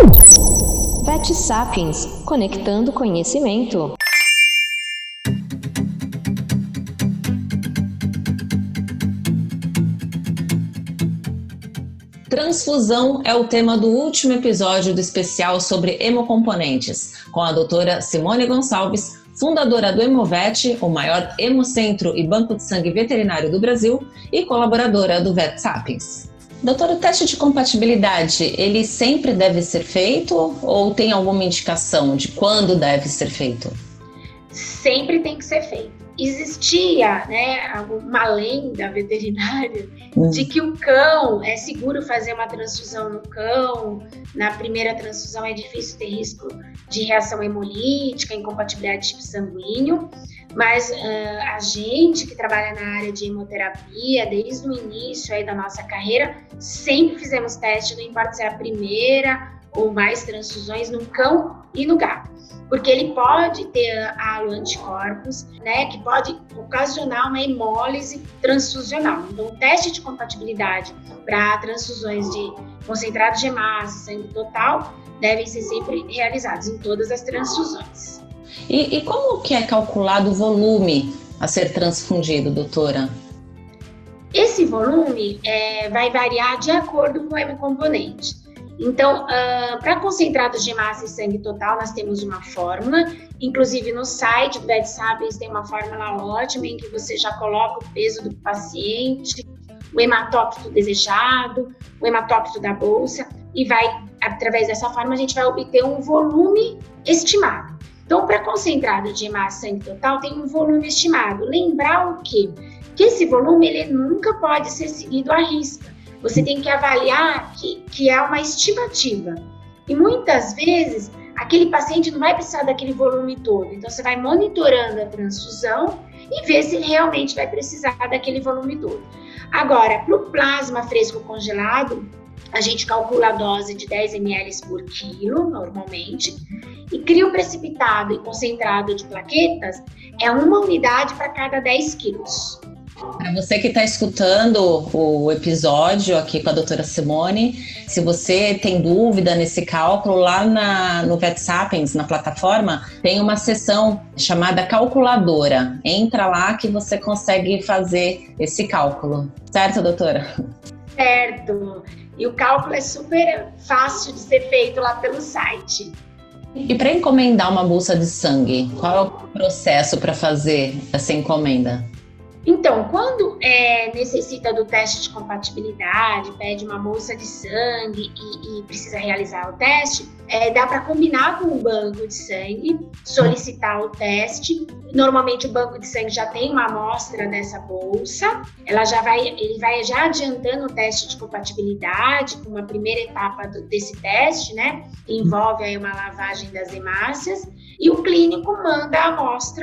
Vet Sapiens, conectando conhecimento. Transfusão é o tema do último episódio do especial sobre hemocomponentes, com a doutora Simone Gonçalves, fundadora do Hemovet, o maior hemocentro e banco de sangue veterinário do Brasil, e colaboradora do Vet Sapiens. Doutora, o teste de compatibilidade, ele sempre deve ser feito ou tem alguma indicação de quando deve ser feito? Sempre tem que ser feito. Existia, uma lenda veterinária de que o cão, é seguro fazer uma transfusão no cão, na primeira transfusão é difícil ter risco de reação hemolítica, incompatibilidade de tipo sanguíneo, mas a gente que trabalha na área de hemoterapia, desde o início aí da nossa carreira, sempre fizemos teste, não importa se é a primeira ou mais transfusões no cão e no gato. Porque ele pode ter aloanticorpos, que pode ocasionar uma hemólise transfusional. Então, o teste de compatibilidade para transfusões de concentrado de hemácia, sangue total, devem ser sempre realizados em todas as transfusões. E como que é calculado o volume a ser transfundido, doutora? Esse volume vai variar de acordo com o hemocomponente. Então, para concentrados de hemácia e sangue total, nós temos uma fórmula, inclusive no site do Vet Sapiens tem uma fórmula ótima em que você já coloca o peso do paciente, o hematócrito desejado, o hematócrito da bolsa, e através dessa fórmula, a gente vai obter um volume estimado. Então, para concentrado de hemácia e sangue total, tem um volume estimado. Lembrar o quê? Que esse volume ele nunca pode ser seguido à risca. Você tem que avaliar que é uma estimativa. E muitas vezes, aquele paciente não vai precisar daquele volume todo. Então, você vai monitorando a transfusão e ver se ele realmente vai precisar daquele volume todo. Agora, para o plasma fresco congelado, a gente calcula a dose de 10 ml por quilo, normalmente. E crioprecipitado e concentrado de plaquetas é 1 unidade para cada 10 quilos. Para você que está escutando o episódio aqui com a doutora Simone, se você tem dúvida nesse cálculo, lá no Vet Sapiens, na plataforma, tem uma seção chamada calculadora. Entra lá que você consegue fazer esse cálculo. Certo, doutora? Certo. E o cálculo é super fácil de ser feito lá pelo site. E para encomendar uma bolsa de sangue, qual é o processo para fazer essa encomenda? Então, quando necessita do teste de compatibilidade, pede uma bolsa de sangue e precisa realizar o teste, dá para combinar com o banco de sangue, solicitar o teste. Normalmente o banco de sangue já tem uma amostra dessa bolsa, ele vai já adiantando o teste de compatibilidade com uma primeira etapa desse teste, que envolve aí uma lavagem das hemácias, e o clínico manda a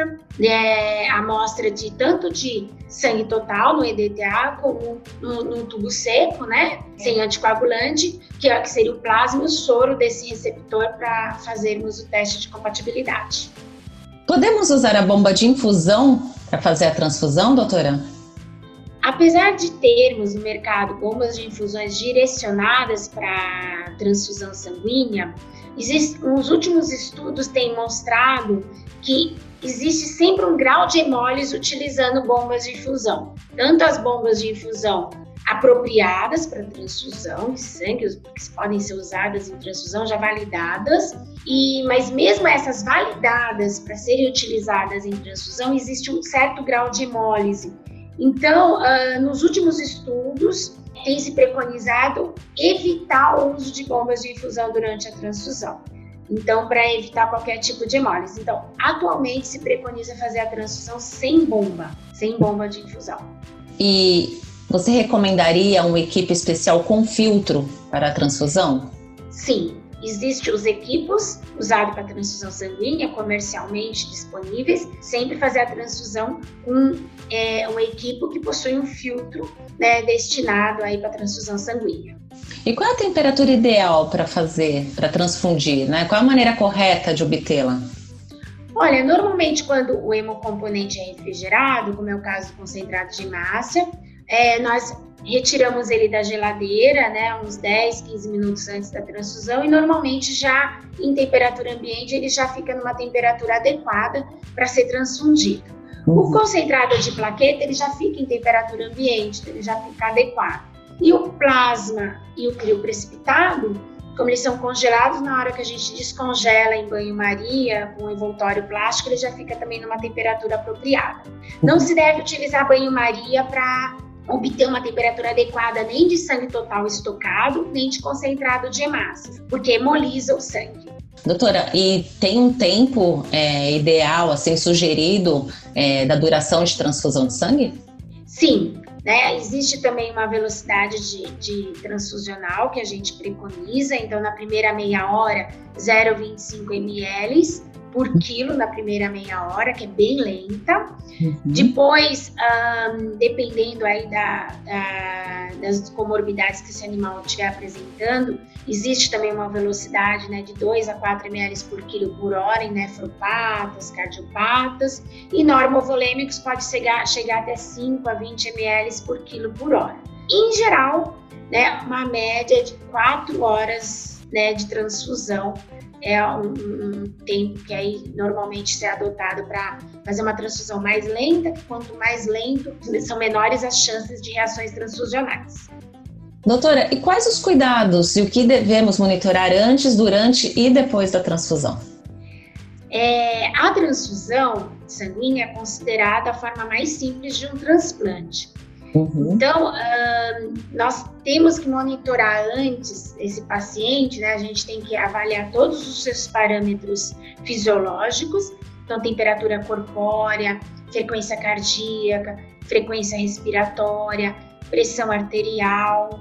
amostra de tanto de sangue total no EDTA como no tubo seco, sem anticoagulante, que seria o plasma e o soro desse receptor para fazermos o teste de compatibilidade. Podemos usar a bomba de infusão para fazer a transfusão, doutora? Apesar de termos no mercado bombas de infusões direcionadas para transfusão sanguínea, os últimos estudos têm mostrado que existe sempre um grau de hemólise utilizando bombas de infusão. Tanto as bombas de infusão apropriadas para transfusão de sangue, que podem ser usadas em transfusão já validadas, mas mesmo essas validadas para serem utilizadas em transfusão, existe um certo grau de hemólise. Então, nos últimos estudos, tem se preconizado evitar o uso de bombas de infusão durante a transfusão. Então, para evitar qualquer tipo de hemólise. Então, atualmente se preconiza fazer a transfusão sem bomba de infusão. E você recomendaria uma equipe especial com filtro para a transfusão? Sim. Existem os equipos usados para transfusão sanguínea, comercialmente disponíveis, sempre fazer a transfusão com um equipo que possui um filtro destinado aí para transfusão sanguínea. E qual é a temperatura ideal para transfundir, Qual é a maneira correta de obtê-la? Olha, normalmente quando o hemocomponente é refrigerado, como é o caso do concentrado de hemácia, nós retiramos ele da geladeira, né, uns 10, 15 minutos antes da transfusão, e normalmente já em temperatura ambiente ele já fica numa temperatura adequada para ser transfundido. O concentrado de plaqueta ele já fica em temperatura ambiente, ele já fica adequado. E o plasma e o crioprecipitado, como eles são congelados, na hora que a gente descongela em banho-maria com envoltório plástico, ele já fica também numa temperatura apropriada. Não se deve utilizar banho-maria para obter uma temperatura adequada nem de sangue total estocado, nem de concentrado de hemácias, porque hemoliza o sangue. Doutora, e tem um tempo ideal, assim, sugerido da duração de transfusão de sangue? Sim, né? Existe também uma velocidade de transfusional que a gente preconiza, então na primeira meia hora, 0,25 ml por quilo na primeira meia hora, que é bem lenta. Depois, dependendo aí das comorbidades que esse animal estiver apresentando, existe também uma velocidade, né, de 2 a 4 ml por quilo por hora em nefropatas, cardiopatas, e normovolêmicos pode chegar até 5 a 20 ml por quilo por hora. Em geral, né, uma média de 4 horas, né, de transfusão é um tempo que aí normalmente é adotado para fazer uma transfusão mais lenta, que quanto mais lento, são menores as chances de reações transfusionais. Doutora, e quais os cuidados e o que devemos monitorar antes, durante e depois da transfusão? A transfusão sanguínea é considerada a forma mais simples de um transplante. Então, nós temos que monitorar antes esse paciente, né? A gente tem que avaliar todos os seus parâmetros fisiológicos, então temperatura corpórea, frequência cardíaca, frequência respiratória, pressão arterial,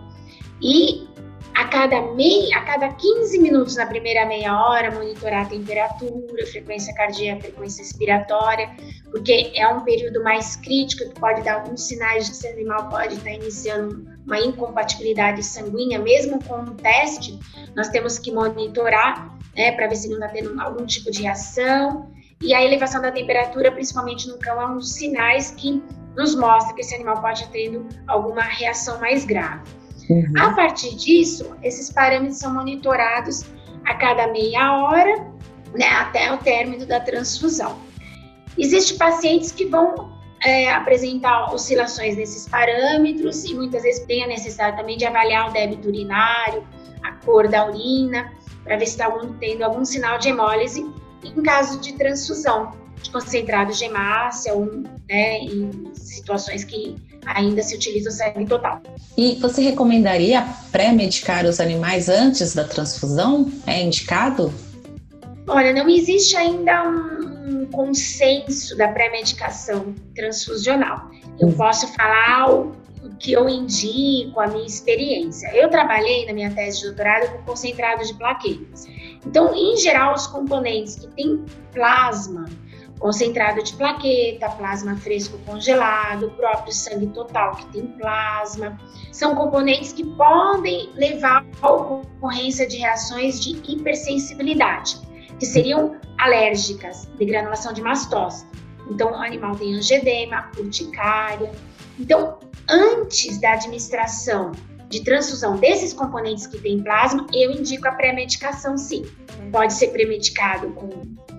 e a cada 15 minutos na primeira meia hora, monitorar a temperatura, frequência cardíaca, frequência respiratória, porque é um período mais crítico que pode dar alguns sinais de que esse animal pode estar iniciando uma incompatibilidade sanguínea. Mesmo com um teste, nós temos que monitorar, né, para ver se não está tendo algum tipo de reação. E a elevação da temperatura, principalmente no cão, é um dos sinais que nos mostra que esse animal pode estar tendo alguma reação mais grave. A partir disso, esses parâmetros são monitorados a cada meia hora, né, até o término da transfusão. Existem pacientes que vão apresentar oscilações nesses parâmetros e muitas vezes tem a necessidade também de avaliar o débito urinário, a cor da urina, para ver se está tendo algum sinal de hemólise em caso de transfusão de concentrado de hemácia ou, né, em situações que ainda se utiliza o sangue total. E você recomendaria pré-medicar os animais antes da transfusão? É indicado? Olha, não existe ainda um consenso da pré-medicação transfusional. Eu posso falar o que eu indico, a minha experiência. Eu trabalhei na minha tese de doutorado com concentrado de plaquetas. Então, em geral, os componentes que têm plasma, concentrado de plaqueta, plasma fresco congelado, o próprio sangue total que tem plasma, são componentes que podem levar à ocorrência de reações de hipersensibilidade, que seriam alérgicas, de granulação de mastócito. Então, o animal tem angedema, urticária. Então, antes da administração de transfusão desses componentes que têm plasma, eu indico a pré-medicação, sim. Pode ser pré-medicado com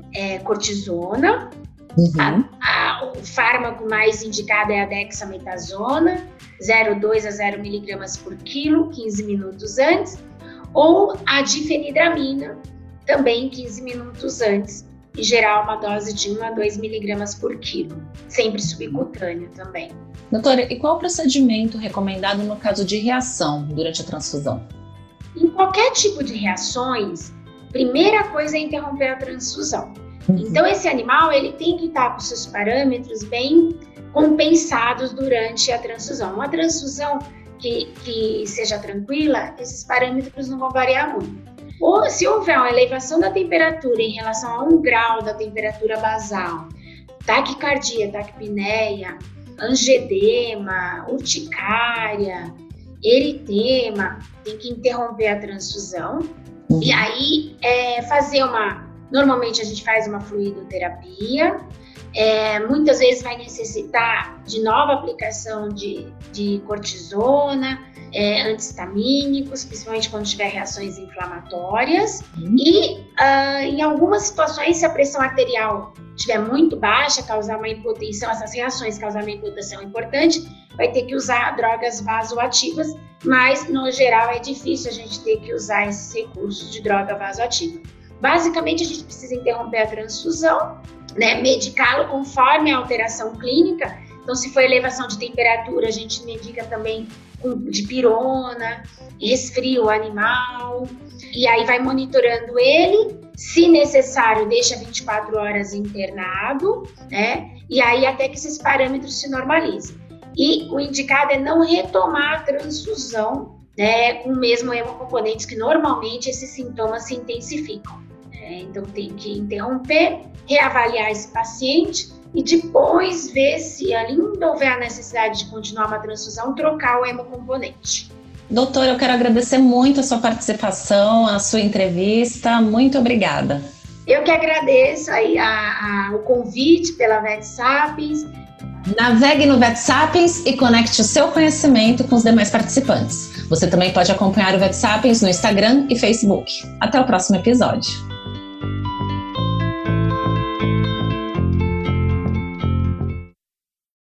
cortisona. O fármaco mais indicado é a dexametasona, 0,2 a 0 miligramas por quilo, 15 minutos antes, ou a difenidramina, também 15 minutos antes, em geral uma dose de 1 a 2 miligramas por quilo, sempre subcutâneo também. Doutora, e qual o procedimento recomendado no caso de reação durante a transfusão? Em qualquer tipo de reações, primeira coisa é interromper a transfusão. Então, esse animal ele tem que estar com seus parâmetros bem compensados durante a transfusão. Uma transfusão que seja tranquila, esses parâmetros não vão variar muito. Ou se houver uma elevação da temperatura em relação a 1 grau da temperatura basal, taquicardia, taquipneia, angedema, urticária, eritema, tem que interromper a transfusão. E aí, normalmente a gente faz uma fluidoterapia, muitas vezes vai necessitar de nova aplicação de cortisona, anti-histamínicos, principalmente quando tiver reações inflamatórias. E em algumas situações, se a pressão arterial estiver muito baixa, causar uma hipotensão, essas reações causar uma hipotensão importante, vai ter que usar drogas vasoativas, mas no geral é difícil a gente ter que usar esses recursos de droga vasoativa. Basicamente, a gente precisa interromper a transfusão, né, medicá-lo conforme a alteração clínica. Então, se for elevação de temperatura, a gente medica também com dipirona, resfria o animal, e aí vai monitorando ele, se necessário, deixa 24 horas internado, né, e aí até que esses parâmetros se normalizem. E o indicado é não retomar a transfusão, né, com o mesmo hemocomponentes, que normalmente esses sintomas se intensificam. Então, tem que interromper, reavaliar esse paciente e depois ver se ainda houver a necessidade de continuar uma transfusão, trocar o hemocomponente. Doutora, eu quero agradecer muito a sua participação, a sua entrevista. Muito obrigada. Eu que agradeço aí o convite pela VetSapiens. Navegue no VetSapiens e conecte o seu conhecimento com os demais participantes. Você também pode acompanhar o VetSapiens no Instagram e Facebook. Até o próximo episódio.